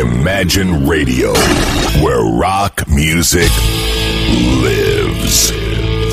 Imagine Radio, where rock music lives.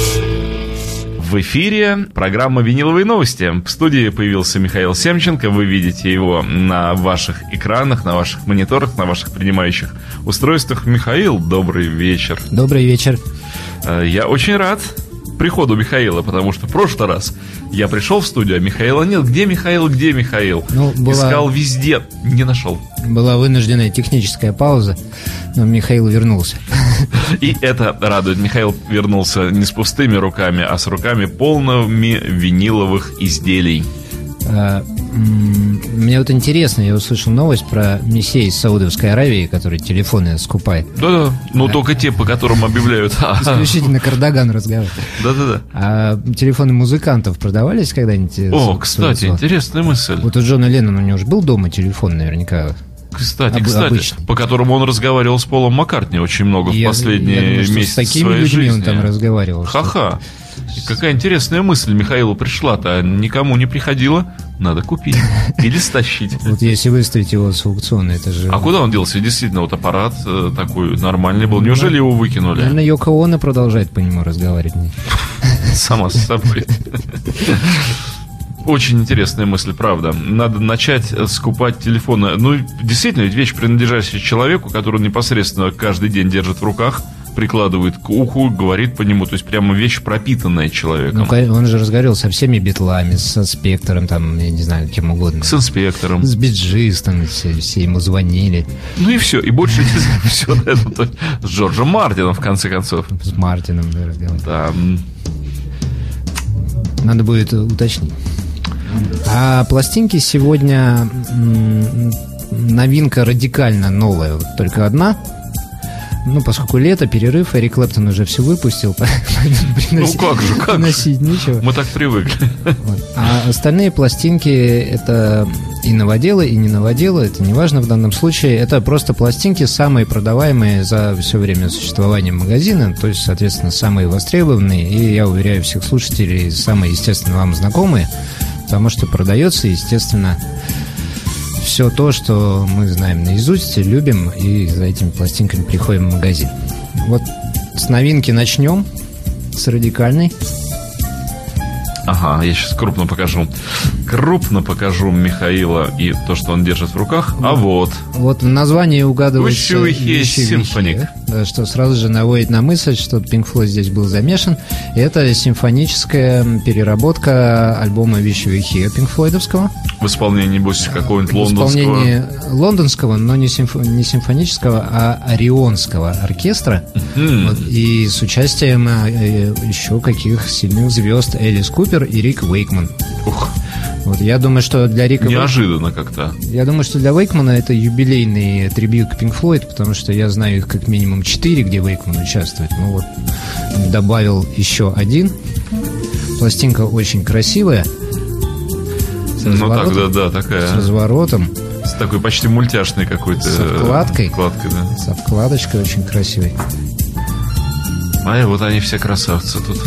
В эфире программа «Виниловые новости». В студии появился Михаил Семченко. Вы видите его на ваших экранах, на ваших мониторах, на ваших принимающих устройствах. Михаил, добрый вечер. Добрый вечер. Я очень рад приходу Михаила, потому что в прошлый раз я пришел в студию, а Михаила нет. Где Михаил, где Михаил? Искал везде, не нашел. Была вынужденная техническая пауза, но Михаил вернулся. И это радует. Михаил вернулся не с пустыми руками, а с руками полными виниловых изделий. Мне вот интересно, я услышал новость про мессию из Саудовской Аравии, который телефоны скупает. Да-да, но только те, по которым объявляют. Исключительно Кардаган разговаривает. Да-да-да. А телефоны музыкантов продавались когда-нибудь? О, кстати, интересная мысль. Вот у Джона Леннона, у него же был дома телефон наверняка. Кстати, по которому он разговаривал с Полом Маккартни очень много в последние месяцы с такими своей людьми жизни. Он там разговаривал. Ха-ха. И какая интересная мысль Михаилу пришла-то. Никому не приходила. Надо купить или стащить. Вот если выставить его с аукциона, это же... А куда он делся? Действительно, вот аппарат такой нормальный был. Неужели его выкинули? Наверное, Йоко Оно продолжает по нему разговаривать. Сама с собой. Очень интересная мысль, правда. Надо начать скупать телефоны. Ну, действительно, ведь вещь, принадлежащая человеку, который непосредственно каждый день держит в руках, прикладывает к уху, говорит по нему. То есть прямо вещь, пропитанная человеком. Ну, он же разговаривал со всеми битлами, со Спектором, там, я не знаю, кем угодно. С Инспектором. С Биджистом, все ему звонили. Ну и все. И больше все на это. С Джорджем Мартином, в конце концов. С Мартином, да, разговаривал. Да. Надо будет уточнить. А пластинки сегодня новинка радикально новая, вот только одна. Ну, поскольку лето, перерыв, Эрик Клэптон уже все выпустил. Ну, как же. Приносить нечего. Мы так привыкли. Вот. А остальные пластинки — это и новоделы, и не новоделы, это не важно в данном случае. Это просто пластинки, самые продаваемые за все время существования магазина, то есть, соответственно, самые востребованные, и, я уверяю всех слушателей, самые, естественно, вам знакомые, потому что продается, естественно, все то, что мы знаем наизусть, любим, и за этими пластинками приходим в магазин. Вот с новинки начнем, с радикальной. Ага, я сейчас крупно покажу. Крупно покажу Михаила и то, что он держит в руках. А вот. Вот в названии угадывается Wish Symphonic. Что сразу же наводит на мысль, что Pink Floyd здесь был замешан. И это симфоническая переработка альбома Wish You Were Here Pink Floydовского. В исполнении, небось, какого-нибудь лондонского. В исполнении лондонского, но не симфонического, а орионского оркестра. Вот, и с участием еще каких сильных звезд: Элис Купер и Рик Уэйкман. Ух. Вот, я думаю, что для Рика... Неожиданно как-то. Я думаю, что для Уэйкмана это юбилейный трибьют к Pink Floyd, потому что я знаю их как минимум 4, где Уэйкман участвует. Ну вот, добавил еще один. Пластинка очень красивая. Ну так, да, такая. С разворотом. С такой почти мультяшной какой-то... С обкладкой. Да. С обкладочкой очень красивой. А вот они все красавцы тут.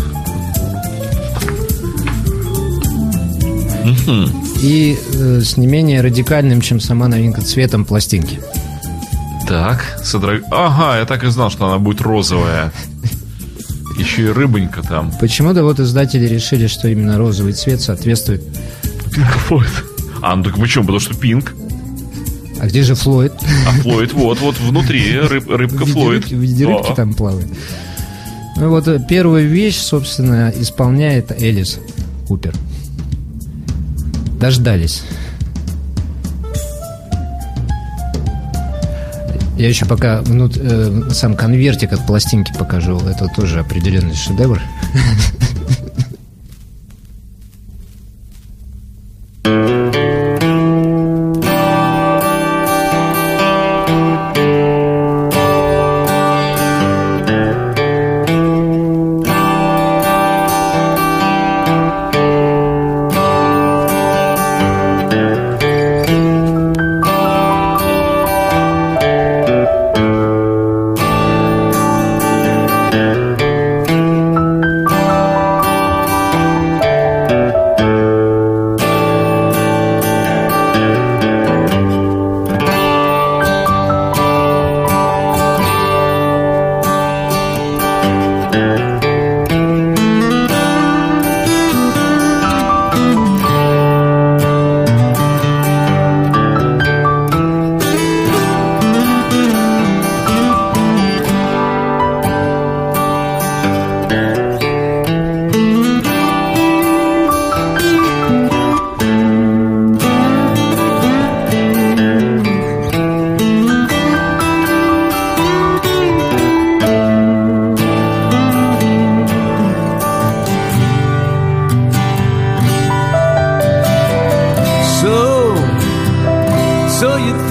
И с не менее радикальным, чем сама новинка, цветом пластинки. Так, ага, я так и знал, что она будет розовая. Еще и рыбонька там. Почему-то вот издатели решили, что именно розовый цвет соответствует Pink Floyd. А, ну так почему? Потому что Пинк. А где же Флойд? А Флойд вот внутри, рыбка Флойд. В виде рыбки там плавает. Ну вот первую вещь, собственно, исполняет Элис Купер. Дождались. Я еще пока сам конвертик от пластинки покажу. Это тоже определенный шедевр.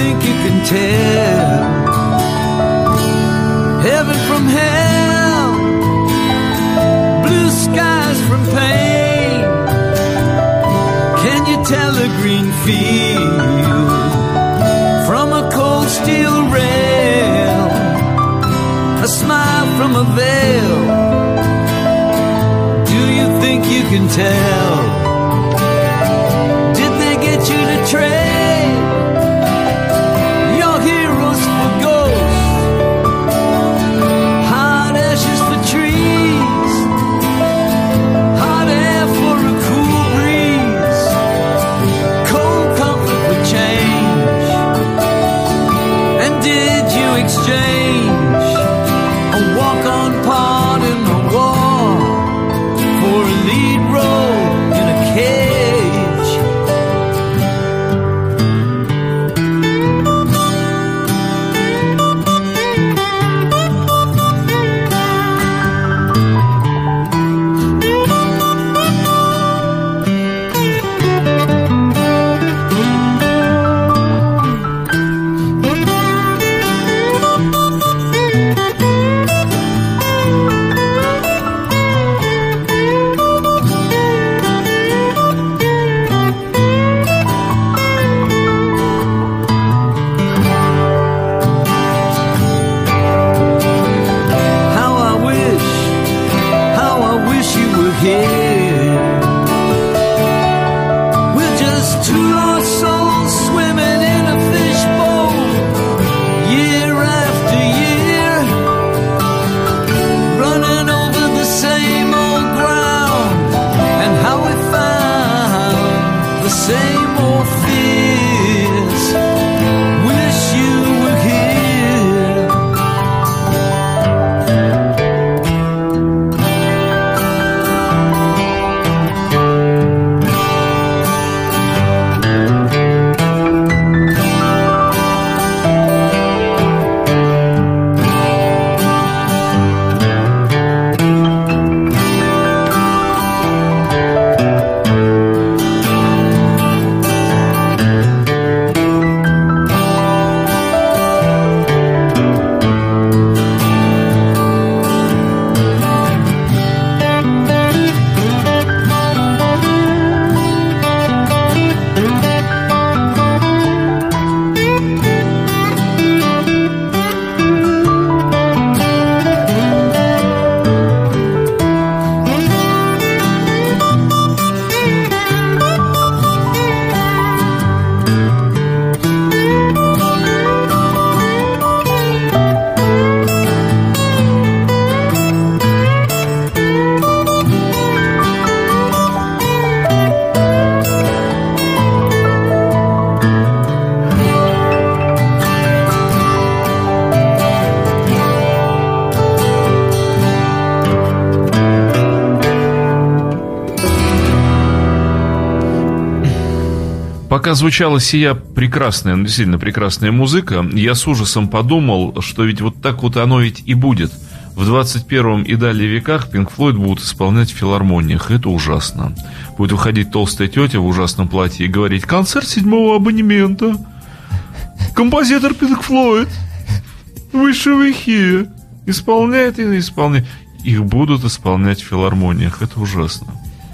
think you can tell heaven from hell, blue skies from pain? Can you tell a green field from a cold steel rail, a smile from a veil? Do you think you can tell? Did they get you to trade your heroes for ghosts, hot ashes for trees, hot air for a cool breeze, cold comfort for change? And did you exchange a walk-on part in the war for a lead role in a cage? How I wish you were here. We're just two lost souls swimming in a fishbowl, year after year, running over the same old ground, and how we found the same old fears. Wish you were here. Пока звучала сия прекрасная, действительно прекрасная музыка, я с ужасом подумал, что ведь вот так вот оно ведь и будет. В 21 и далее веках Pink Floyd будут исполнять в филармониях. Это ужасно. Будет выходить толстая тетя в ужасном платье и говорить: концерт 7-го абонемента. Композитор Pink Floyd. Высшего эфира. Исполняет и исполняет. Их будут исполнять в филармониях. Это ужасно.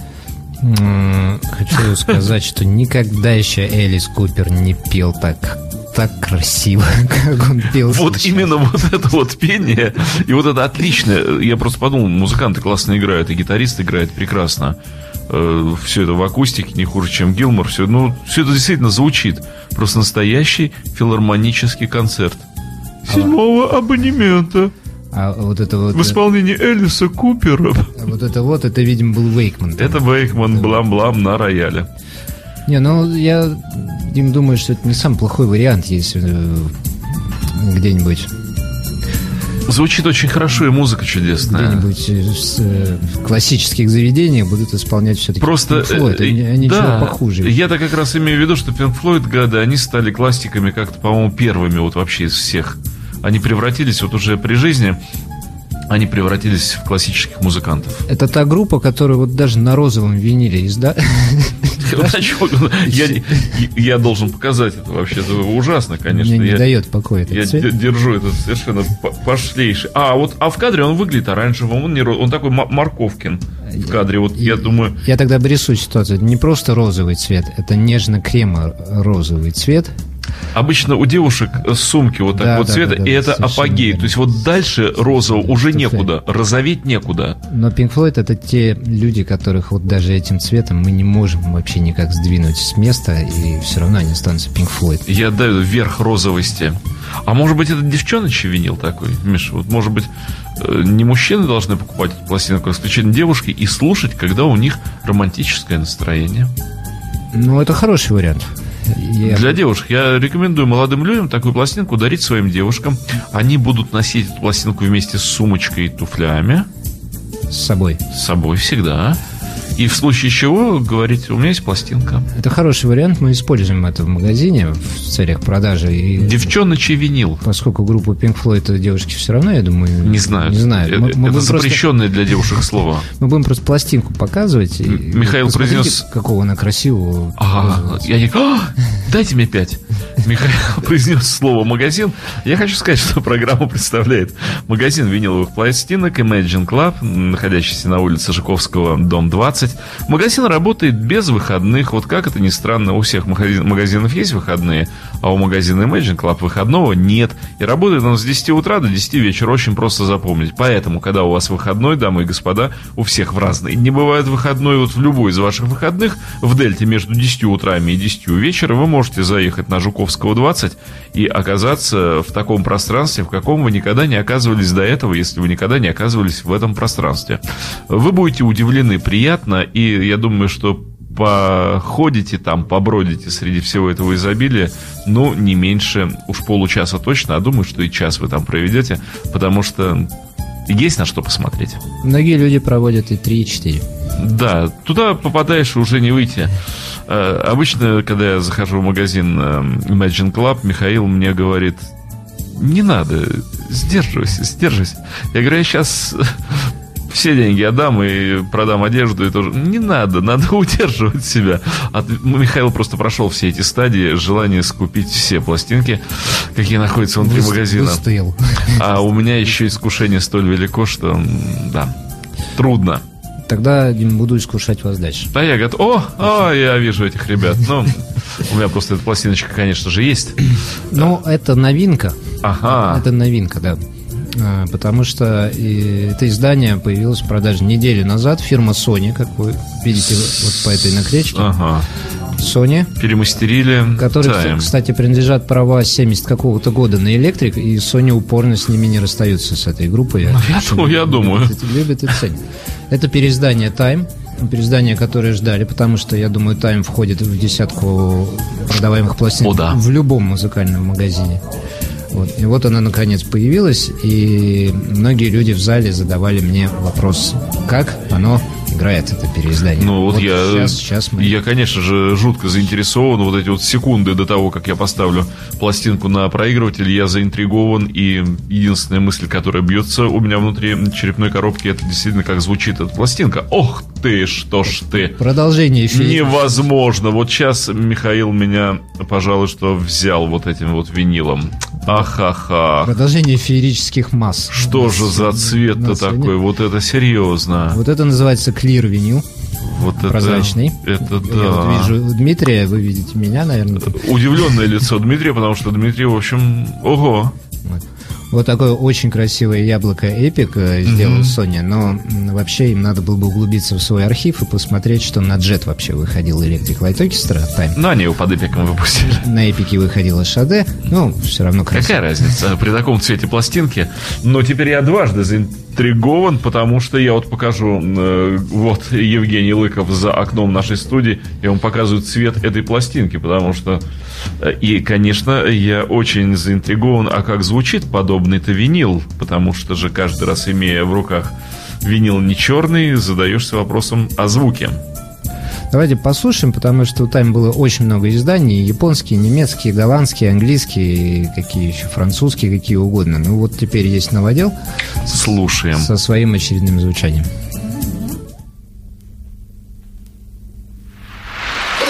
Хочу сказать, что никогда еще Элис Купер не пел так красиво, как он пел вот сейчас. Именно вот это вот пение, и вот это отличное. Я просто подумал, музыканты классно играют, и гитарист играет прекрасно. Все это в акустике не хуже, чем Гилмор. Все это действительно звучит. Просто настоящий филармонический концерт 7-го абонемента. А вот это вот... В исполнении Элиса Купера. Это, видимо, был Вейкман. Это Вейкман, блам-блам на рояле. Не, я думаю, что это не самый плохой вариант, если где-нибудь... Звучит очень хорошо, и музыка чудесная. Где-нибудь в классических заведениях будут исполнять все-таки просто Pink Floyd, а ничего похуже. Я-то как раз имею в виду, что Pink Floyd, гады, они стали классиками как-то, по-моему, первыми вот вообще из всех. Они превратились вот уже при жизни, они превратились в классических музыкантов. Это та группа, которая вот даже на розовом виниле Я должен показать это вообще. Это ужасно, конечно. Мне не дает покоя этот Я цвет. держу этот совершенно пошлейший. А в кадре он выглядит оранжевым. Он такой Морковкин в кадре. Вот я думаю... Я тогда обрисую ситуацию. Это не просто розовый цвет, это нежно-кремо-розовый цвет. Обычно у девушек сумки вот так цвета, и это апогей. То есть вот дальше розового уже некуда, розоветь некуда. Но Pink Floyd — это те люди, которых вот даже этим цветом мы не можем вообще никак сдвинуть с места, и все равно они останутся Pink Floyd. Я даю верх розовости. А может быть, это девчоночий винил такой, Миша? Вот может быть, не мужчины должны покупать эту пластинку, а исключительно девушки, и слушать, когда у них романтическое настроение? Ну, это хороший вариант. Для девушек я рекомендую молодым людям такую пластинку дарить своим девушкам. Они будут носить эту пластинку вместе с сумочкой и туфлями. С собой. С собой всегда. И в случае чего говорить: у меня есть пластинка. Это хороший вариант, мы используем это в магазине в целях продажи. И девчоночий винил. Поскольку группа Pink Floyd девушки все равно, я думаю... Не знаю. Это запрещенное для девушек слово. Мы будем просто пластинку показывать. Михаил произнес... Какого она красивого. Я не... Дайте мне 5. Михаил произнес слово «магазин». Я хочу сказать, что программу представляет магазин виниловых пластинок Imagine Club, находящийся на улице Жуковского, дом 20. Магазин работает без выходных. Вот как это ни странно, у всех магазинов есть выходные, а у магазина Imagine Club выходного нет. И работает он с 10 утра до 10 вечера. Очень просто запомнить. Поэтому, когда у вас выходной, дамы и господа, у всех в разные не бывает выходной. Вот в любой из ваших выходных в дельте между 10 утрами и 10 вечера вы можете заехать на Жуковского 20 и оказаться в таком пространстве, в каком вы никогда не оказывались до этого, если вы никогда не оказывались в этом пространстве. Вы будете удивлены приятно, и я думаю, что походите там, побродите среди всего этого изобилия, ну, не меньше уж получаса точно, а думаю, что и час вы там проведете, потому что есть на что посмотреть. Многие люди проводят и 3, и 4. Да, туда попадаешь и уже не выйти. Обычно, когда я захожу в магазин Imagine Club, Михаил мне говорит: не надо, сдерживайся. Я говорю: я сейчас все деньги отдам и продам одежду, и тоже. Не надо удерживать себя. Михаил просто прошел все эти стадии желания скупить все пластинки, какие находятся внутри магазина. Выстоял. А у меня еще искушение столь велико, что да, трудно. Тогда, Дим, буду искушать вас дальше. Да, я говорю: я вижу этих ребят. Ну, у меня просто эта пластиночка, конечно же, есть. Ну, это новинка. Ага. Это новинка, да. Потому что это издание появилось в продаже неделю назад. Фирма Sony, как вы видите вот по этой наклеечке. Ага. Sony. Перемастерили. Которые, кстати, принадлежат права 70 какого-то года на Electric, и Sony упорно с ними не расстаются, с этой группой. Я думаю. Любят и ценят. Это переиздание Time. Переиздание, которое ждали, потому что, я думаю, Time входит в десятку продаваемых пластинок в любом музыкальном магазине. Вот. И вот она, наконец, появилась, и многие люди в зале задавали мне вопрос: как оно играет, это переиздание. Ну, вот сейчас я, конечно же, жутко заинтересован. Вот эти вот секунды до того, как я поставлю пластинку на проигрыватель, я заинтригован, и единственная мысль, которая бьется у меня внутри черепной коробки, это действительно, как звучит эта пластинка. Ох ты, что ж ты! Продолжение эфира. Невозможно. Вот сейчас Михаил меня, пожалуй, что взял вот этим вот винилом. Ахаха. Продолжение феерических масс. Что же за цвет-то такой? Вот это серьезно. Вот это называется Clear винил. Вот прозрачный. Это да. Я вот вижу Дмитрия, вы видите меня, наверное. Удивленное лицо Дмитрия, потому что Дмитрий, в общем, ого. Вот такое очень красивое яблоко Epic сделал Sony, но вообще им надо было бы углубиться в свой архив и посмотреть, что на Jet вообще выходил Electric Light Orchestra Time. Но они его под Epic выпустили. На Epic выходила Шаде, но все равно красиво. Какая разница при таком цвете пластинки? Но теперь я дважды заинтригован, потому что я вот покажу, вот Евгений Лыков за окном нашей студии, и он показывает цвет этой пластинки, потому что, и, конечно, я очень заинтригован, а как звучит подобный-то винил, потому что же каждый раз, имея в руках винил не черный, задаешься вопросом о звуке. Давайте послушаем, потому что у Time было очень много изданий: японские, немецкие, голландские, английские, какие еще, французские, какие угодно. Ну вот теперь есть новодел. Слушаем. Со своим очередным звучанием.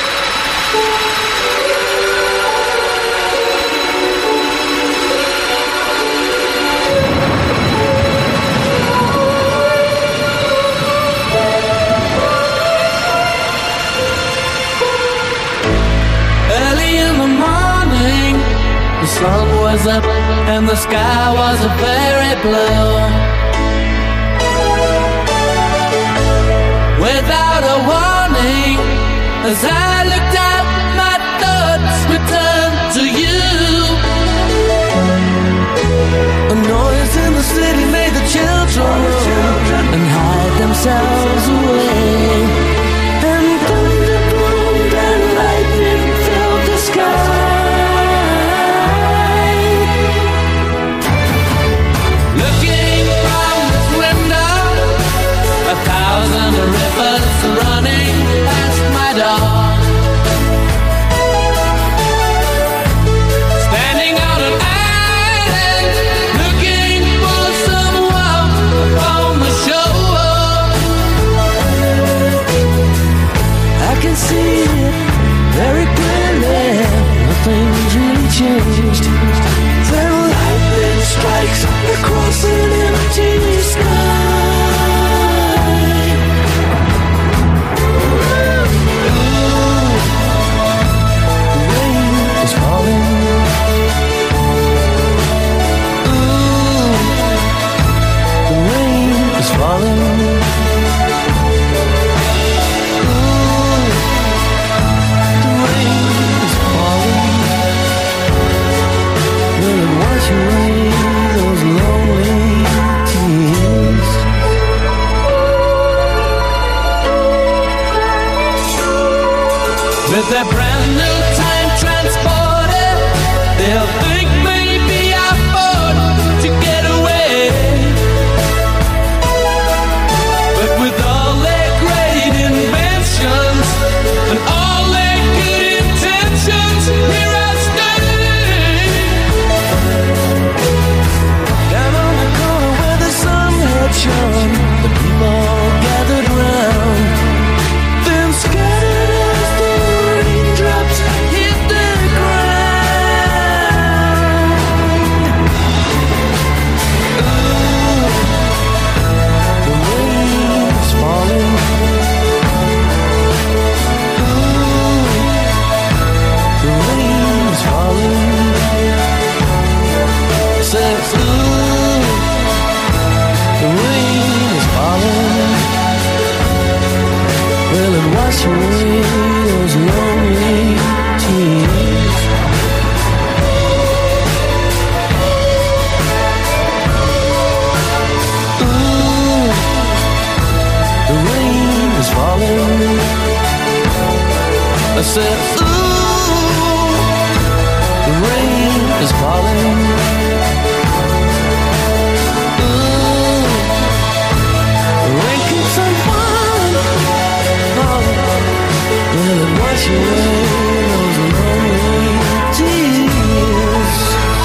sun was up and the sky was a very blue. Without a warning, as I looked out, my thoughts returned to you. A noise in the city made the children run and hide themselves away. And thunder boomed and lightning filled the sky. Looking from this window, 1,000 rivers running past my door. Standing on an island, looking for someone on the shore. I can see it very clearly. Nothing's really changed. Then lightning strikes across an empty sky. With their brand new time transporter, they'll think maybe I'm bored to get away. But with all their great inventions and all their good intentions, here I stay. Down on the corner where the sun had shone, the people gathered round, then scattered as the raindrops hit the ground. Ooh, the rain's falling. Ooh, the rain's falling. Said, ooh, the rain is falling. Will it wash away those lonely tears? Ooh, the rain is falling. I said, ooh, the rain is falling. Ooh, the rain keeps on falling. Will it wash away those lonely tears?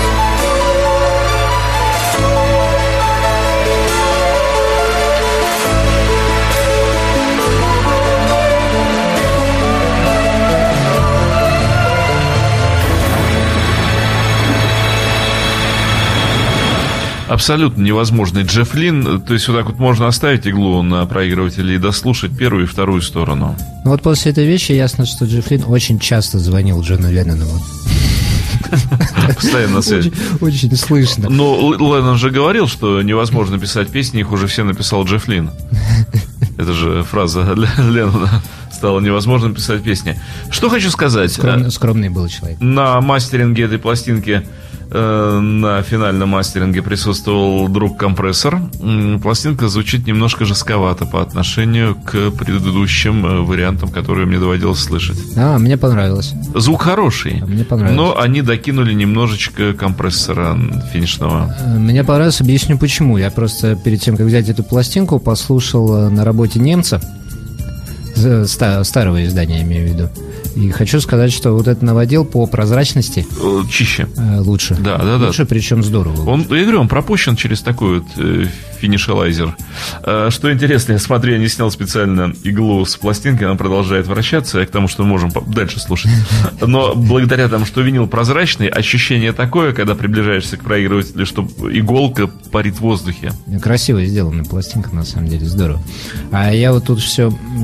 Абсолютно невозможный Джефф Линн. То есть вот так вот можно оставить иглу на проигрывателе и дослушать первую и вторую сторону. Ну вот после этой вещи ясно, что Джефф Линн очень часто звонил Джону Леннону. Постоянно на связи. Очень слышно. Но Леннон же говорил, что невозможно писать песни, их уже все написал Джефф Линн. Это же фраза для Леннона. Стало невозможно писать песни. Что хочу сказать. Скромный был человек. На мастеринге этой пластинки, на финальном мастеринге присутствовал друг Компрессор. Пластинка звучит немножко жестковато по отношению к предыдущим вариантам, которые мне доводилось слышать. Мне понравилось. Звук хороший, мне понравилось. Но они докинули немножечко компрессора финишного. Мне понравилось, объясню почему. Я просто перед тем, как взять эту пластинку, послушал на работе немца, старого издания, я имею в виду. И хочу сказать, что вот этот новодел по прозрачности чище. Лучше. Да. Лучше, причем здорово. Я говорю, он пропущен через такой вот финишалайзер. Что интересно, я смотрю, я не снял специально иглу с пластинки, она продолжает вращаться, я к тому, что мы можем дальше слушать. Но благодаря тому, что винил прозрачный, ощущение такое, когда приближаешься к проигрывателю, что иголка парит в воздухе. Красиво сделана пластинка, на самом деле, здорово. А я вот тут все, пока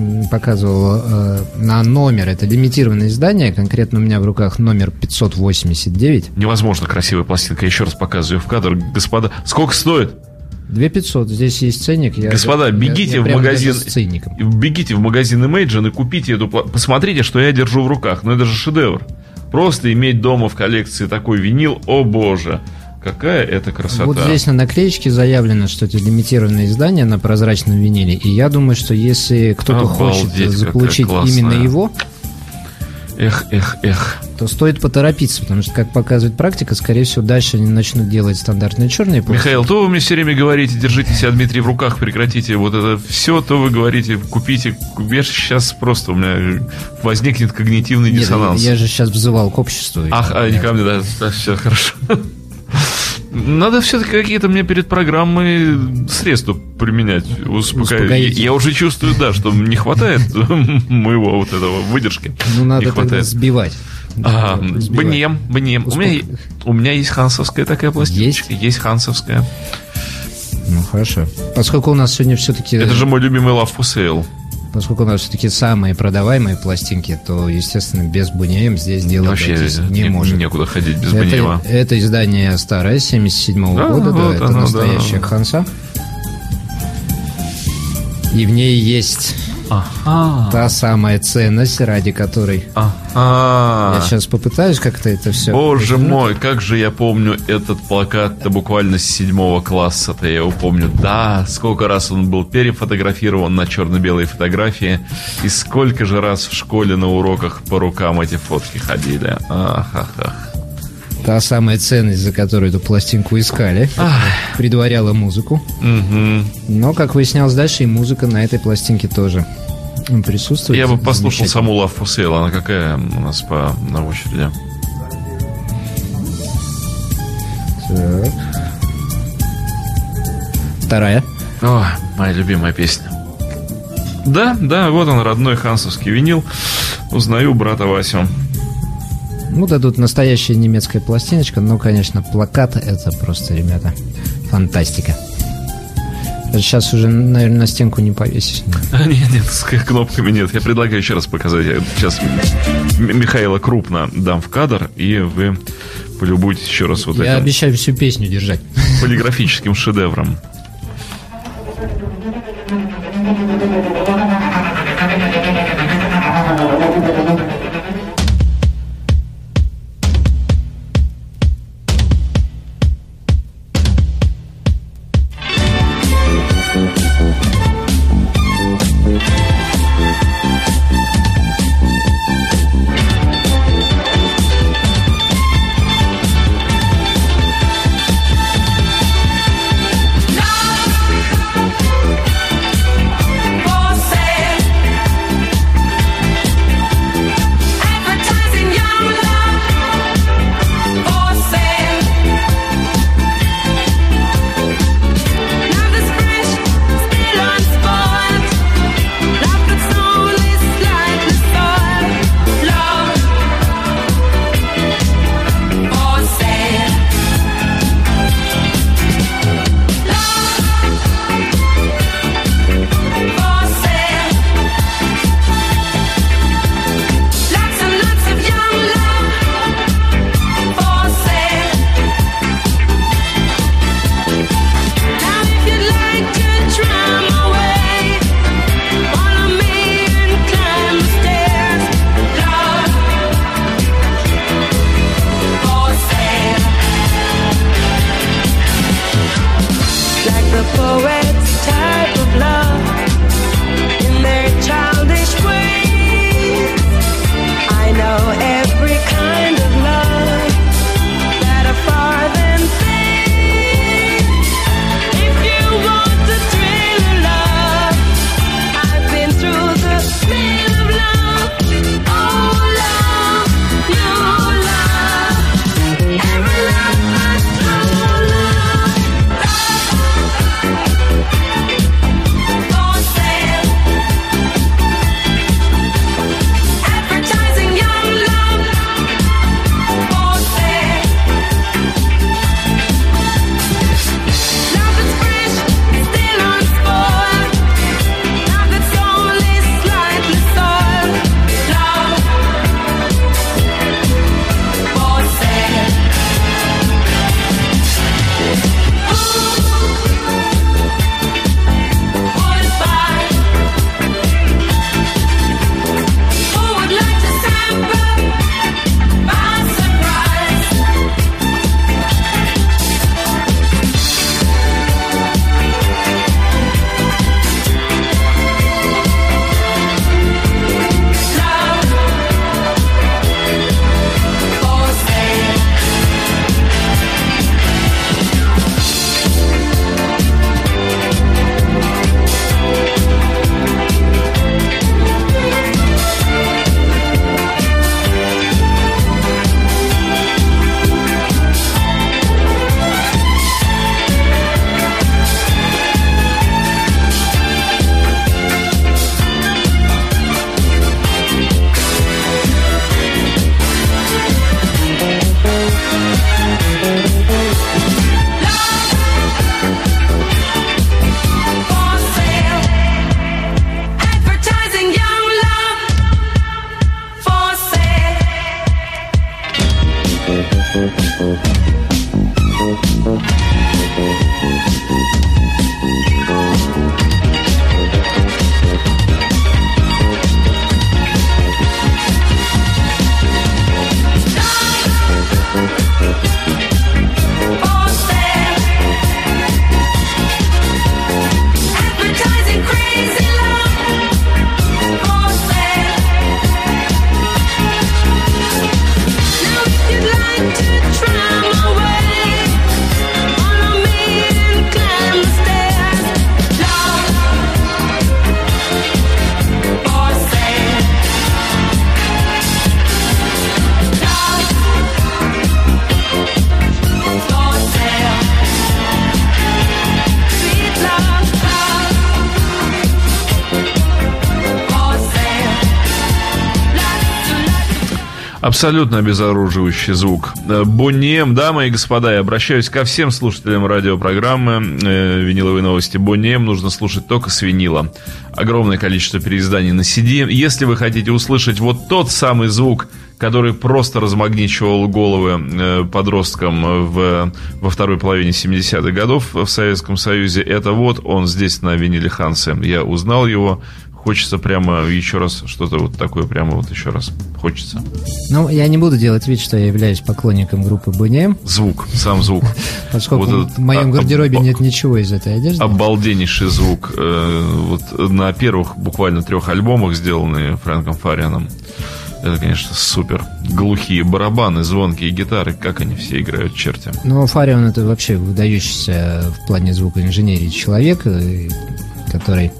показывал на номер. Это лимитированное издание. Конкретно у меня в руках номер 589. Невозможно красивая пластинка. Я еще раз показываю в кадр. Господа, сколько стоит? 2500. Здесь есть ценник. Господа, бегите в магазин. Бегите в магазин Imagine и купите эту пластинку. Посмотрите, что я держу в руках. Ну это же шедевр. Просто иметь дома в коллекции такой винил, о боже. Какая это красота. Вот здесь на наклеечке заявлено, что это лимитированное издание на прозрачном виниле. И я думаю, что если кто-то хочет заполучить именно его, то стоит поторопиться, потому что, как показывает практика, скорее всего, дальше они начнут делать стандартные черные пластинки. Михаил, то вы мне все время говорите, держите себя, Дмитрий, в руках, прекратите вот это все, то вы говорите, купите. Я сейчас просто у меня возникнет когнитивный диссонанс. Я же сейчас взывал к обществу. Не ко мне, да, все хорошо. Надо все-таки какие-то мне перед программой средства применять. Успокоить. Я уже чувствую, да, что не хватает моего вот этого выдержки. Ну, надо тогда сбивать. Бнем. У меня есть хансовская такая пластиночка. Есть хансовская. Ну, хорошо. Поскольку у нас сегодня все-таки... Это же мой любимый Love for Sale. Поскольку у нас все-таки самые продаваемые пластинки, то, естественно, без Бунеем здесь дело обойтись не может. Некуда ходить без Бунеева. Это издание старое, 77-го года, вот это настоящая Ханса. И в ней есть та самая ценность, ради которой я сейчас попытаюсь как-то это все... Боже мой, как же я помню этот плакат-то буквально с 7 класса-то, я его помню. Да, сколько раз он был перефотографирован на черно-белой фотографии, и сколько же раз в школе на уроках по рукам эти фотки ходили. Та самая ценность, за которую эту пластинку искали, предваряла музыку. Но, как выяснялось дальше, и музыка на этой пластинке тоже присутствует. Я бы послушал саму Love for Sale. Она какая у нас на очереди? Так. Вторая. О, моя любимая песня. Да, вот он, родной хансовский винил. Узнаю брата Васю. Ну, да, тут настоящая немецкая пластиночка. Но, конечно, плакат — это просто, ребята, фантастика. Сейчас уже, наверное, на стенку не повесишь. Нет, с кнопками нет. Я предлагаю еще раз показать. Я сейчас Михаила крупно дам в кадр, и вы полюбуйтесь еще раз вот этим. Я обещаю всю песню держать. Полиграфическим шедевром. Абсолютно обезоруживающий звук. Бонни М, дамы и господа, я обращаюсь ко всем слушателям радиопрограммы «Виниловые новости». Бонни М нужно слушать только с винила. Огромное количество переизданий на CD. Если вы хотите услышать вот тот самый звук, который просто размагничивал головы подросткам во второй половине 70-х годов в Советском Союзе, это вот он здесь на виниле Хансе. Я узнал его. Хочется прямо еще раз что-то вот такое, прямо вот еще раз хочется. Ну, я не буду делать вид, что я являюсь поклонником группы Бонни М. Звук, сам звук. Поскольку вот в моем гардеробе нет ничего из этой одежды. Обалденнейший звук. Вот на первых буквально 3 альбомах, сделанные Фрэнком Фарианом. Это, конечно, супер. Глухие барабаны, звонкие гитары, как они все играют, черти. Ну, Фариан — это вообще выдающийся в плане звукоинженерии человек, который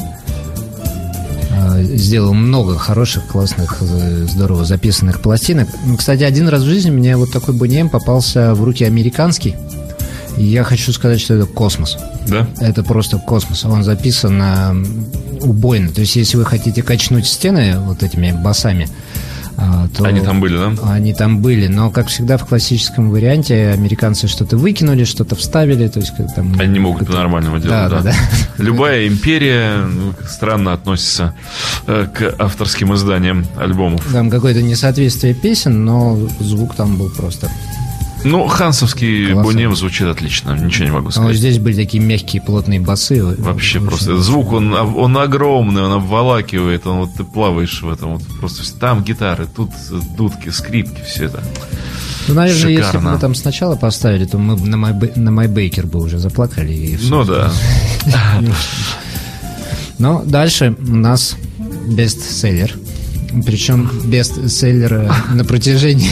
сделал много хороших, классных, здорово записанных пластинок. Кстати, один раз в жизни мне вот такой Бонни М попался в руки американский. И я хочу сказать, что это космос. Да? Это просто космос. Он записан убойно. То есть, если вы хотите качнуть стены вот этими басами, то они там были, да? Они там были, но, как всегда, в классическом варианте американцы что-то выкинули, что-то вставили, то есть там... Они не могут по-нормальному делать, да. Любая империя странно относится к авторским изданиям альбомов. Там какое-то несоответствие песен, но звук там был просто... Ну, хансовский Бонни М звучит отлично, ничего не могу сказать. Вот здесь были такие мягкие, плотные басы. Вообще просто. Звук, он огромный, он обволакивает, он вот ты плаваешь в этом. Вот просто там гитары, тут дудки, скрипки, все это. Ну, наверное, шикарно. Если бы мы там сначала поставили, то мы на My Baker бы уже заплакали. И все. Ну да. Но дальше у нас бестселлер. Причем бестселлер на протяжении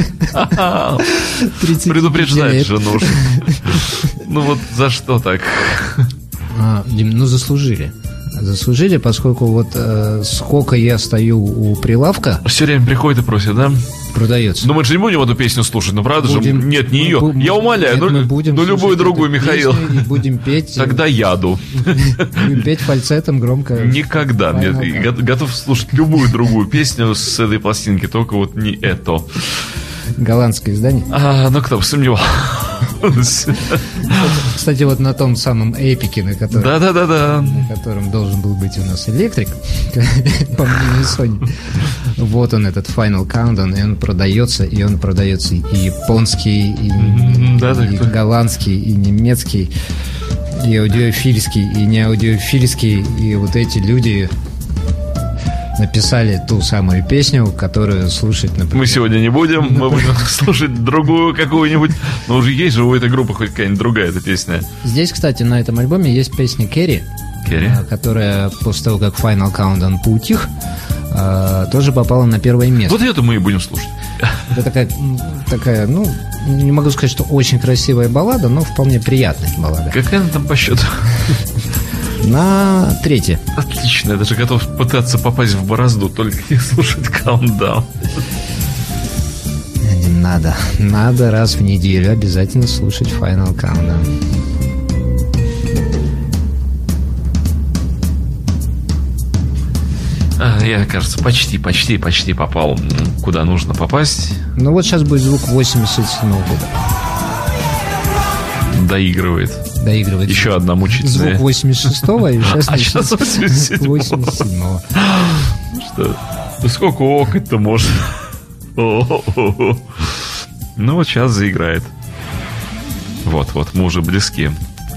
30 Предупреждать лет. же нужно. Ну вот за что так? Дим, ну заслужили. Заслужили, поскольку вот сколько я стою у прилавка. Все время приходит и просит, да? Продается. Ну мы же не будем эту песню слушать, ну правда будем, же? Нет, не ее. Я умоляю, ну любую другую, Михаил. И будем петь. Тогда яду. Будем петь фальцетом громко. Никогда. Нет, готов слушать любую другую песню с этой пластинки, только вот не это. Голландское издание. Ну кто бы сомневался. Кстати, вот на том самом эпике, на котором должен был быть у нас электрик, по мнению Sony. Вот он, этот Final Countdown, и он продается и японский, и голландский, и немецкий, и аудиофильский, и не аудиофильский, и вот эти люди написали ту самую песню, которую слушать, например. Мы сегодня не будем, мы будем слушать другую какую-нибудь. Но уже есть же у этой группы хоть какая-нибудь другая эта песня. Здесь, кстати, на этом альбоме есть песня Керри, которая после того, как Final Countdown поутих, тоже попала на первое место. Вот эту мы и будем слушать. Это такая, ну, не могу сказать, что очень красивая баллада, но вполне приятная баллада. Какая она там по счету? На 3. Отлично, я даже готов пытаться попасть в борозду, только не слушать Countdown. Надо раз в неделю обязательно слушать Final Countdown. Я, кажется, почти попал куда нужно попасть. Ну вот сейчас будет звук 87-го года. Доигрывает. Еще одна мучительная. Звук 86-го, и сейчас 87-го. Что? Ну сколько окать-то можно? Ну вот сейчас заиграет. Вот, мы уже близки.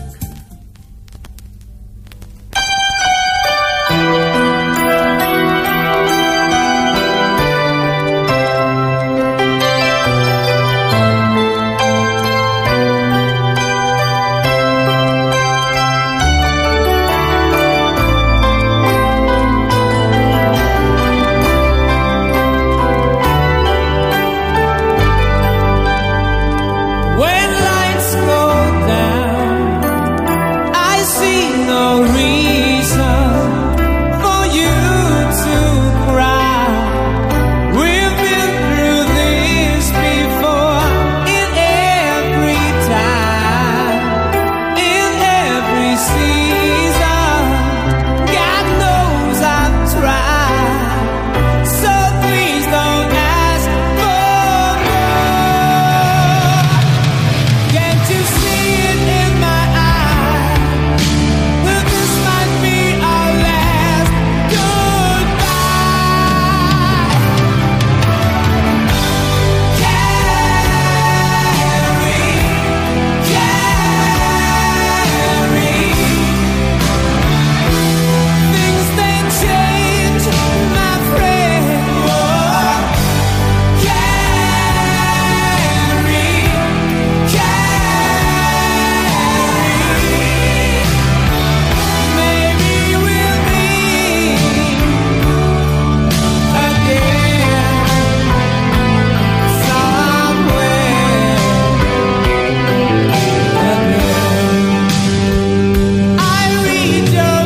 When lights go down, I see no reason for you to cry. We've been through this before, in every time, in every season. God knows I've tried, so please don't ask for more. Can't you see it in my eyes that this might be our last goodbye? Carry, things they change, my friend. Maybe we'll meet again somewhere. I read your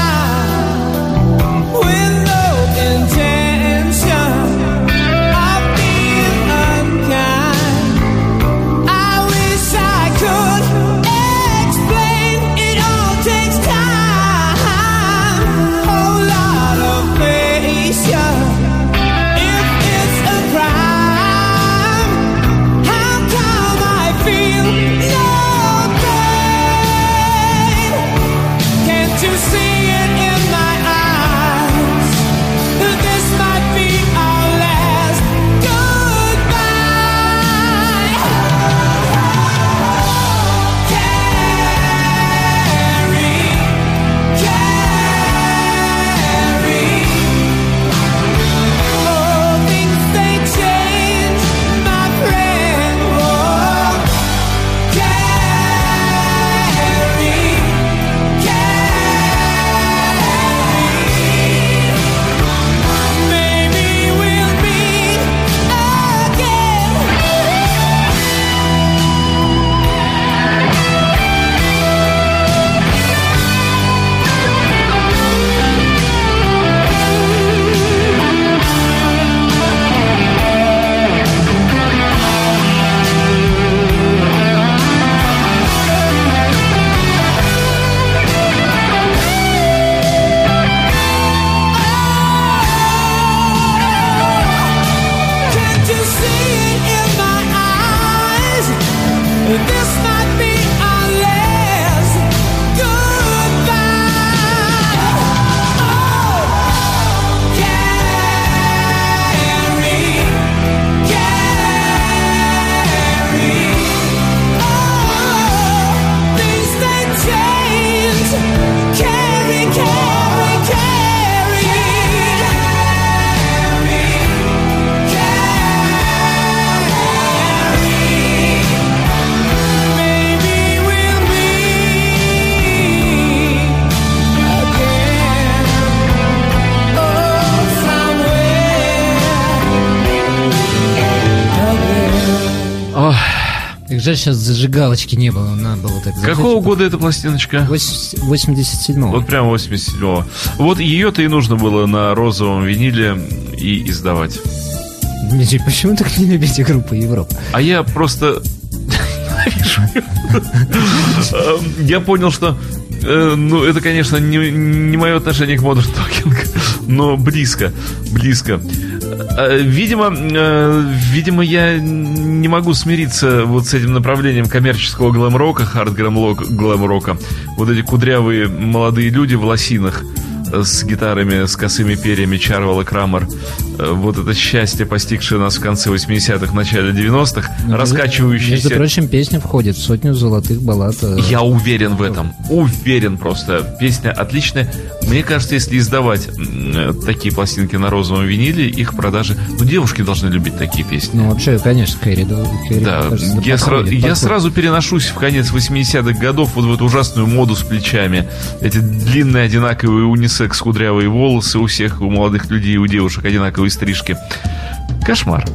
mind with no intention of being unkind. I wish I could explain. It all takes time, whole lot of patience. If it's a crime, how come I feel no pain? Can't you see it in my eyes that this might be our last goodbye? Carry, oh, things they change, my friend. Oh, maybe we'll meet again. Can't you see it in my eyes? This might be our last goodbye. Oh, carry, oh, things they change. Carry, maybe we'll meet again. Oh, somewhere. Ох, Как жаль, сейчас зажигалочки не было, надо было так зажечь. какого года эта пластиночка? 87-го. Вот прям 87-го. Вот ее-то и нужно было на розовом виниле и издавать. Дмитрий, почему так не любите группу Европа? А я просто... Я понял, что... Ну, это, конечно, не мое отношение к Modern Talking, но близко. Видимо, я не могу смириться вот с этим направлением коммерческого глэм-рока, хард-глэм-рока. Вот эти кудрявые молодые люди в лосинах с гитарами, с косыми перьями, Чарвелл и Крамер. вот это счастье, постигшее нас в конце 80-х, начале 90-х, раскачивающееся... Между прочим, песня входит в 100 золотых баллад. Я уверен в этом. Уверен просто. Песня отличная. Мне кажется, если издавать такие пластинки на розовом виниле, их продажи... Ну, девушки должны любить такие песни. Ну, вообще, конечно, Кэрри. Да, я сразу переношусь в конец 80-х годов вот в эту ужасную моду с плечами. Эти длинные одинаковые унисекс кудрявые волосы у всех, у молодых людей, у девушек одинаковые стрижки. Кошмар.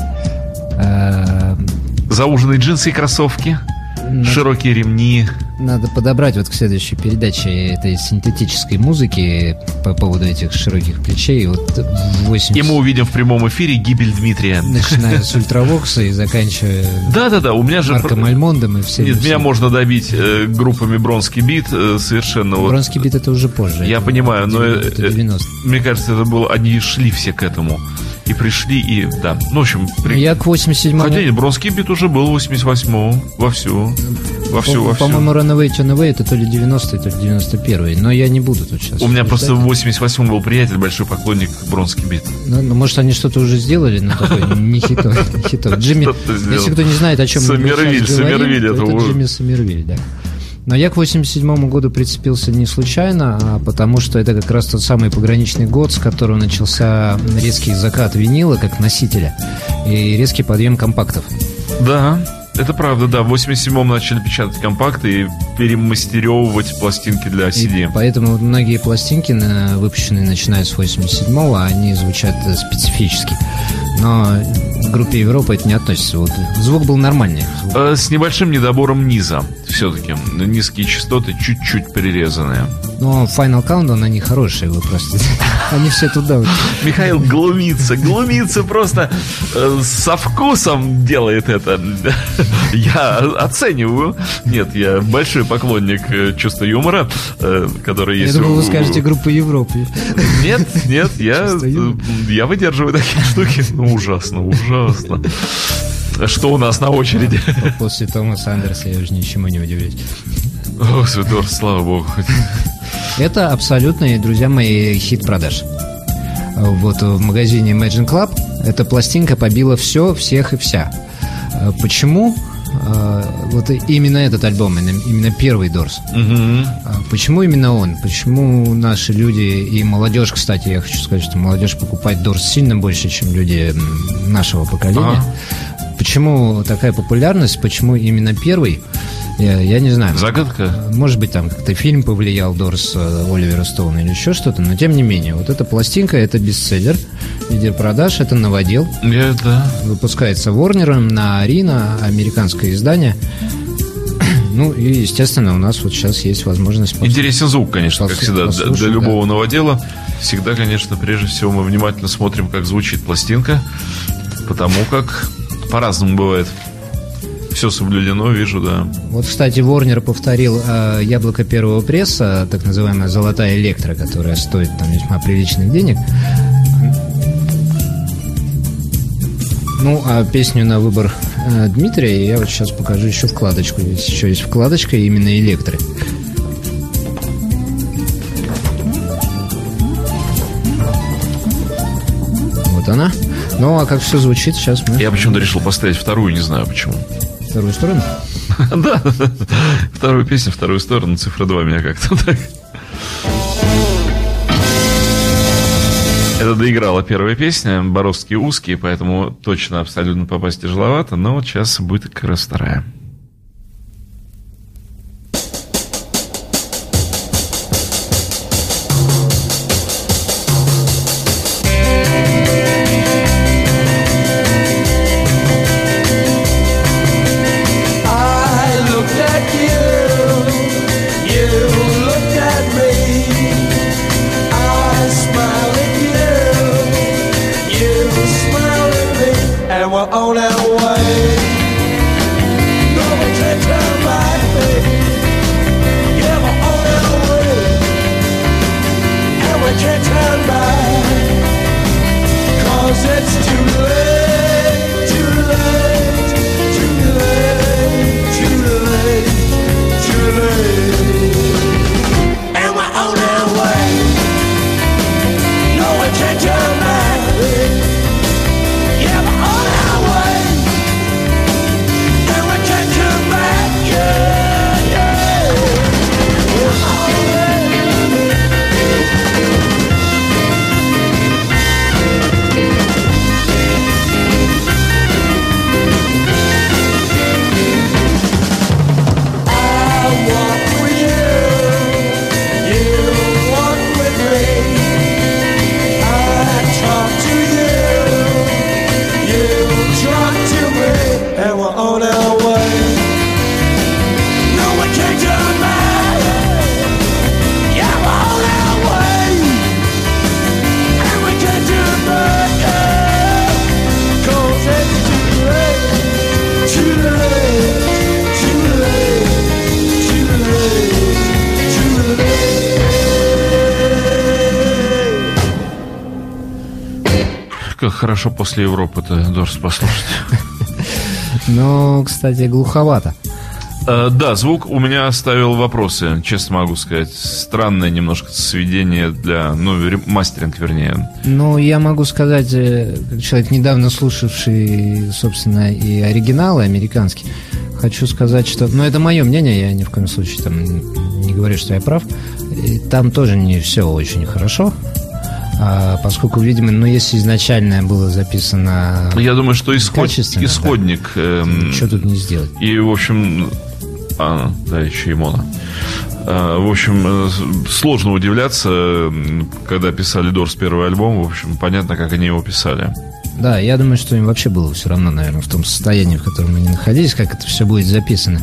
Зауженные джинсы и кроссовки, широкие ремни. Надо подобрать вот к следующей передаче этой синтетической музыки по поводу этих широких плечей. Вот 80... И мы увидим в прямом эфире гибель Дмитрия. Начиная с Ультравокса и заканчивая да, у меня же Марком Альмондом и всеми. Нет, меня можно добить группами Бронский бит совершенно. Бронский бит это уже позже. Я понимаю, но это 90. Мне кажется, это было. Они шли все к этому. И пришли, и да. Ну, в общем, я к 87-му... Хотя Бронский бит уже был в 88-му. Вовсю. По-моему, Runaway to Away это то ли 90-й, то ли 91-й. Но я не буду тут сейчас. У меня просто в 88-м был приятель, большой поклонник Бронский бит. Ну, может, они что-то уже сделали, но такой не хитовый. Джимми, если кто не знает, о чем мы сейчас говорим, это Джимми Сомервиль, да. Но я к 87 году прицепился не случайно, а потому что это как раз тот самый пограничный год, с которого начался резкий закат винила как носителя и резкий подъем компактов. Да, это правда, да. В 87-м начали печатать компакты и перемастеревывать пластинки для CD. И поэтому многие пластинки, выпущенные начиная с 87-го, они звучат специфически. Но к группе Европа это не относится. Вот звук был нормальный. С небольшим недобором низа. Все-таки низкие частоты чуть-чуть перерезанные. Но Final Countdown, они хорошие, вы просто... Они все туда. Михаил глумится просто со вкусом делает это. Я оцениваю. Нет, я большой поклонник чувства юмора, который есть. Я думал, вы скажете группа Европы. Нет, я выдерживаю такие штуки. Ну, ужасно. Что у нас на очереди? После Томаса Андерса я уже ничему не удивлюсь. О, Святор, слава богу. Это абсолютный, друзья мои, хит продаж. Вот в магазине Imagine Club эта пластинка побила все, всех и вся. Почему? Вот именно этот альбом, именно первый Дорс. Почему именно он? Почему наши люди и молодежь, кстати, я хочу сказать, что молодежь покупает Дорс сильно больше, чем люди нашего поколения. Почему такая популярность? Почему именно первый? Я не знаю. Загадка? Может быть, там как-то фильм повлиял, Дорс Оливера Стоуна или еще что-то, но тем не менее, вот эта пластинка, это бестселлер, лидер продаж, это новодел. Да. Выпускается Warner на Arena, американское издание. Ну и, естественно, у нас вот сейчас есть возможность... Интересен звук, конечно, как всегда, для любого новодела. Всегда, конечно, прежде всего мы внимательно смотрим, как звучит пластинка, потому как по-разному бывает. Все соблюдено, вижу, да. Вот, кстати, Warner повторил яблоко первого пресса, так называемая «Золотая электро», которая стоит там весьма приличных денег. Ну, а песню на выбор Дмитрия я вот сейчас покажу еще вкладочку. Здесь еще есть вкладочка именно «Электры». Вот она. Ну, а как все звучит, сейчас мы... Я почему-то решил поставить вторую, не знаю почему. Вторую сторону? Да, вторую песню, вторую сторону, цифра 2 меня как-то так. Это доиграла первая песня, Боровские узкие, поэтому точно абсолютно попасть тяжеловато, но вот сейчас будет как раз вторая. On our way, no Как хорошо после Европы-то Дорс послушать. Но, кстати, глуховато. Да, звук у меня оставил вопросы, честно могу сказать. Странное немножко сведение для... мастеринг, вернее. Ну, я могу сказать, как человек, недавно слушавший, собственно, и оригиналы американские, хочу сказать, что... Ну, это мое мнение, я ни в коем случае там не говорю, что я прав. И там тоже не все очень хорошо. Поскольку, видимо, если изначально было записано... Я думаю, что качественно, исходник... Что тут не сделать? И, в общем... да, еще и моно. В общем, сложно удивляться, когда писали Дорс первый альбом. В общем, понятно, как они его писали. Да, я думаю, что им вообще было все равно, наверное, в том состоянии, в котором они находились, как это все будет записано.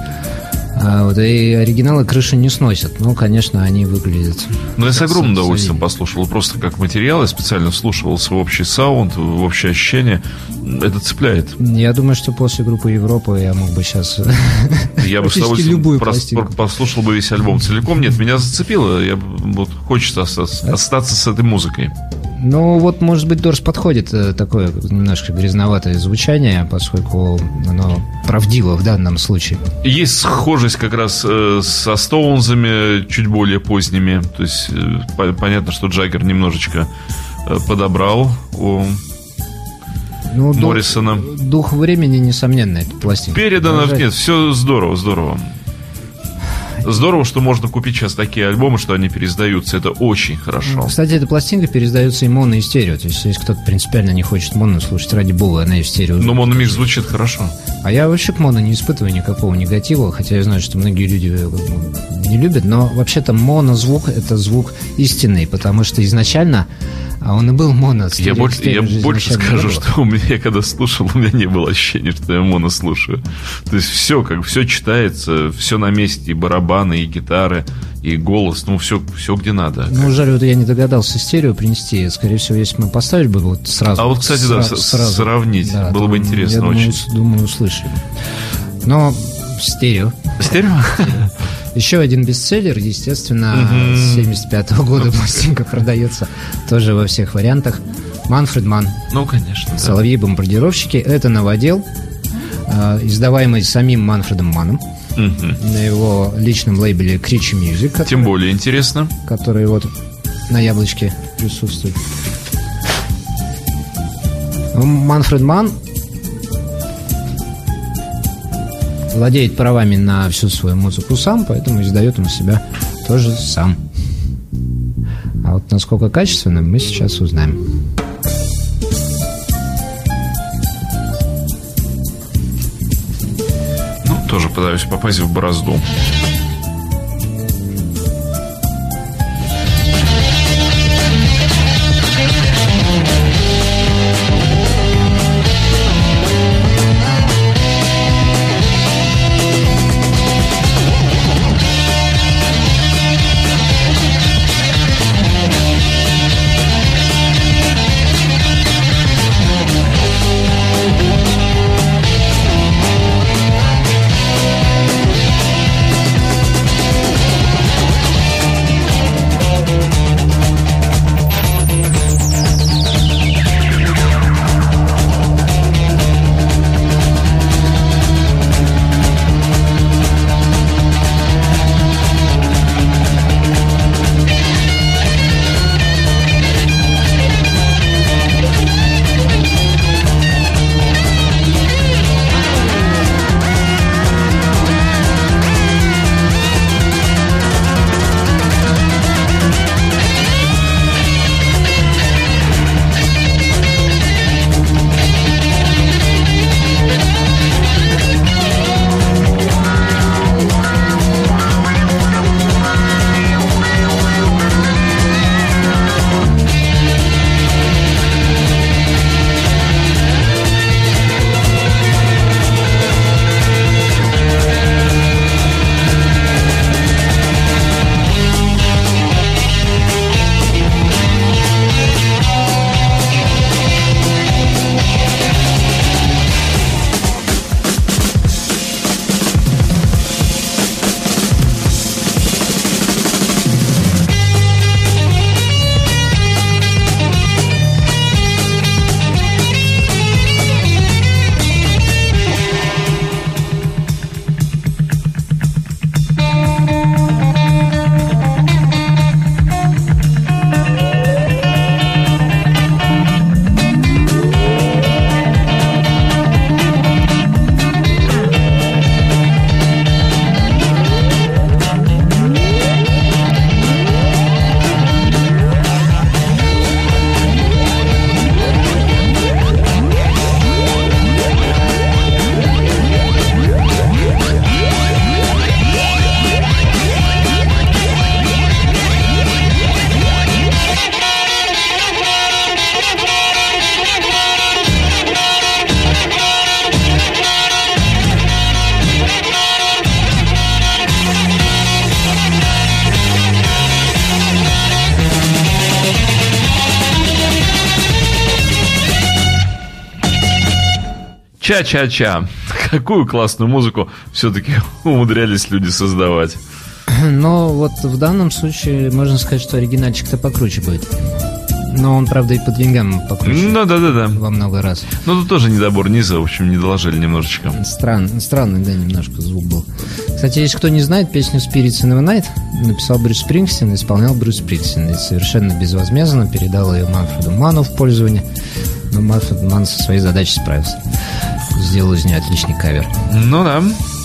И оригиналы крыши не сносят. Ну, конечно, они выглядят... Ну, я с огромным удовольствием послушал. Просто как материал. Я специально вслушивался в общий саунд, в общее ощущение. Это цепляет. Я думаю, что после группы Европа я мог бы сейчас... Я бы с удовольствием послушал бы весь альбом целиком. Нет, меня зацепило. Хочется остаться с этой музыкой. Ну, вот, может быть, Дорс подходит такое немножко грязноватое звучание, поскольку оно правдиво в данном случае. Есть схожесть как раз со Стоунзами, чуть более поздними. То есть понятно, что Джаггер немножечко подобрал у Моррисона. Дух времени, несомненно, это пластинка. Передано, нет, все здорово, здорово. Здорово, что можно купить сейчас такие альбомы, что они переиздаются. Это очень хорошо. Кстати, эта пластинка переиздается и моно, и стерео. То есть, если кто-то принципиально не хочет моно слушать, ради бога, она и в стерео. Но моно-микс звучит хорошо. А я вообще к моно не испытываю никакого негатива, хотя я знаю, что многие люди не любят. Но вообще-то монозвук — это звук истинный, потому что изначально он и был моно. Я больше скажу, что я когда слушал, у меня не было ощущения, что я моно слушаю. То есть все читается, все на месте, и барабаны, и гитары, и голос, все где надо. Ну, жаль, я не догадался стерео принести. Скорее всего, если мы поставили бы сразу. А вот, кстати, сразу сравнить, да, было бы интересно очень. Думаю, услышим. Но стерео. Стерео? Еще один бестселлер, естественно, с 75-го года пластинка продается тоже во всех вариантах. Манфред Манн. Ну, конечно. Соловьи-бомбардировщики. Это новодел, издаваемый самим Манфредом Манном на его личном лейбле Creature Music. Тем более интересно. Который на яблочке присутствует. Манфред Манн владеет правами на всю свою музыку сам, поэтому издает он себя тоже сам. А вот насколько качественно, мы сейчас узнаем. Тоже пытаюсь попасть в борозду. Ча-ча-ча. Какую классную музыку все-таки умудрялись люди создавать. Но вот в данном случае можно сказать, что оригинальчик-то покруче будет. Но он, правда, и по деньгам покруче. Ну, да-да-да. Во много раз. Ну, тут тоже недобор низа, в общем, не доложили немножечко. Странный, да, немножко звук был. Кстати, если кто не знает, песню Spirits in the Night написал Брюс Спрингстин, исполнял Брюс Спрингстин. И совершенно безвозмездно передал ее Манфреду Манну в пользование. Но Манфред Манн со своей задачей справился. Сделал из нее отличный кавер. Ну да.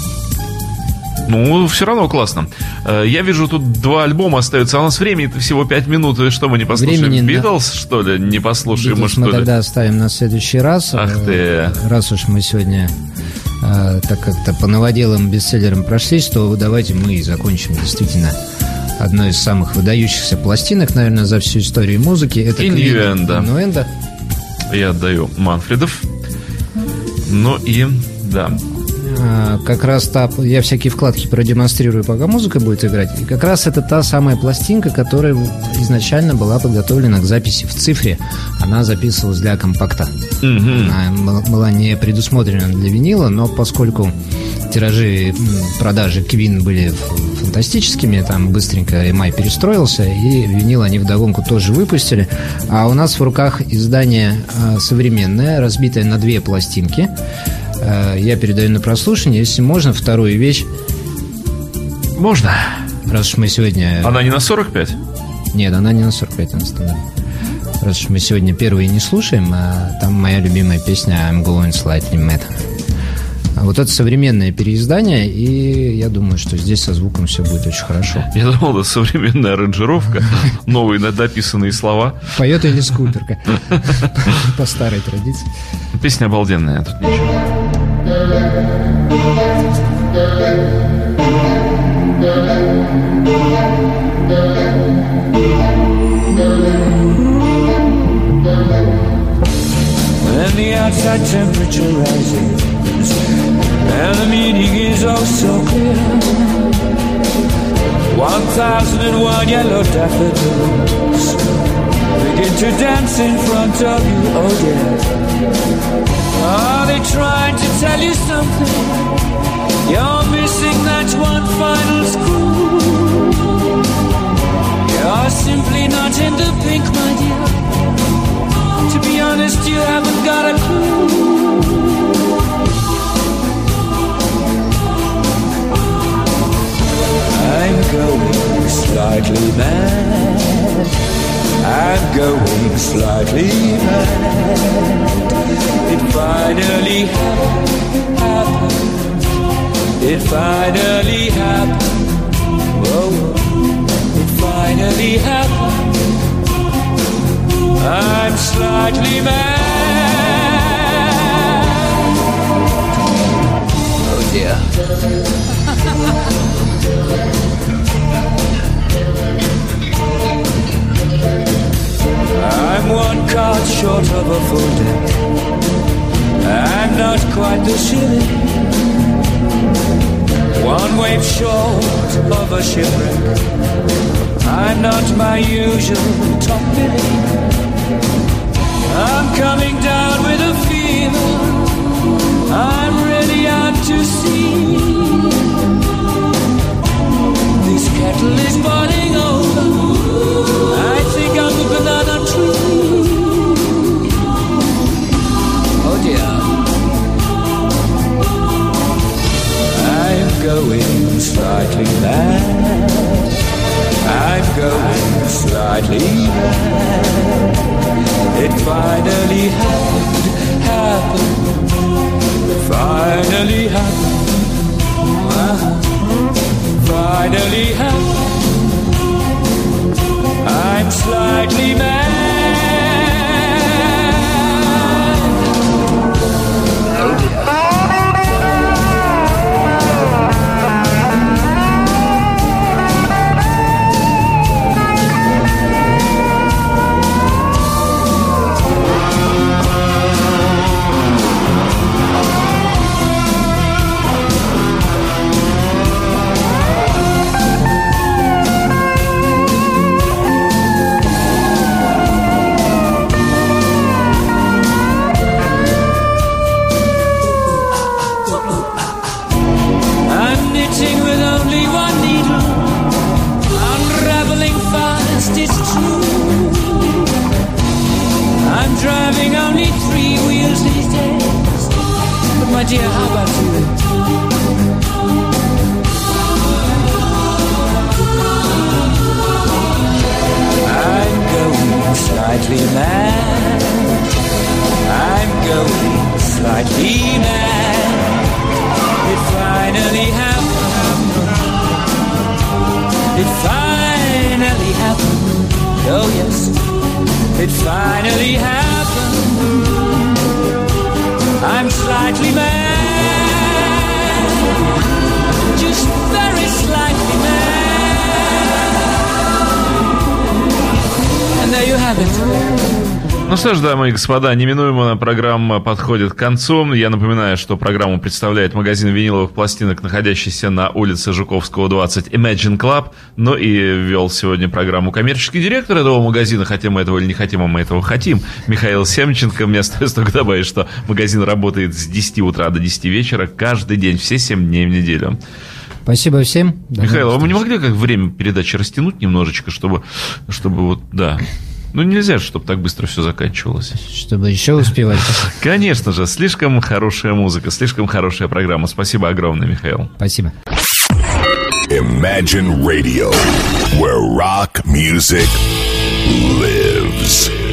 Ну, все равно классно. Я вижу, тут 2 альбома остаются. А у нас времени-то всего 5 минут. И что, мы не послушаем? Битлз, что ли? Не послушаем, Битлз что мы ли? тогда оставим на следующий раз. Ах ты. Раз уж мы сегодня так как-то по новоделам бестселлерам прошлись, то давайте мы и закончим действительно одной из самых выдающихся пластинок, наверное, за всю историю музыки. Это Иннуэнда. Я отдаю Манфредов. Ну и, да. Как раз я всякие вкладки продемонстрирую, пока музыка будет играть. И как раз это та самая пластинка, которая изначально была подготовлена к записи в цифре. Она записывалась для компакта. Она была не предусмотрена для винила, но поскольку тиражи, продажи Queen были фантастическими, там быстренько EMI перестроился, и винил они вдогонку тоже выпустили. А у нас в руках издание современное, разбитое на 2 пластинки. Я передаю на прослушивание. Если можно, вторую вещь. Можно. Раз уж мы сегодня... Она не на 45? Нет, она не на 45, она стандартная. Раз уж мы сегодня первые не слушаем, там моя любимая песня I'm Going Slightly Mad. А вот это современное переиздание, и я думаю, что здесь со звуком все будет очень хорошо. Я думал, это современная аранжировка, новые дописанные слова. Поет Элис Купер по старой традиции. Песня обалденная, тут ничего. And the outside temperature rises, and the meaning is oh so clear. 1001 yellow daffodils begin to dance in front of you, oh dear. Are they trying to tell you something? You're missing that one final screw. You're simply not in the pink, my dear. To be honest, you haven't got a clue. I'm going slightly mad. I'm going slightly mad. It finally happened. It finally happened. Oh, it finally happened. I'm slightly mad. Oh dear. I'm one card short of a full deck, and not quite the ceiling. One wave short of a shipwreck. I'm not my usual top billing. I'm coming down with a fever. I'm really out to sea. This kettle is boiling over. I think I'm a banana tree. Oh dear. I'm going slightly mad. I'm going slightly mad. It finally happened. Finally happened. Finally happened. I'm slightly mad. Oh dear. slightly mad. I'm going slightly mad. It finally happened. It finally happened. Oh yes, it finally happened. I'm slightly mad. Just very slightly mad. And there you have it. Ну что ж, дамы и господа, неминуемо программа подходит к концу. Я напоминаю, что программу представляет магазин виниловых пластинок, находящийся на улице Жуковского, 20, Imagine Club. Ну и вел сегодня программу коммерческий директор этого магазина, хотим мы этого или не хотим, а мы этого хотим, Михаил Семченко. Мне остается только добавить, что магазин работает с 10 утра до 10 вечера каждый день, все 7 дней в неделю. Спасибо всем. Михаил, а вы не могли как время передачи растянуть немножечко, чтобы вот, да... Ну, нельзя, чтобы так быстро все заканчивалось. Чтобы еще успевать. Конечно же, слишком хорошая музыка, слишком хорошая программа. Спасибо огромное, Михаил. Спасибо. Imagine Radio, where rock music lives.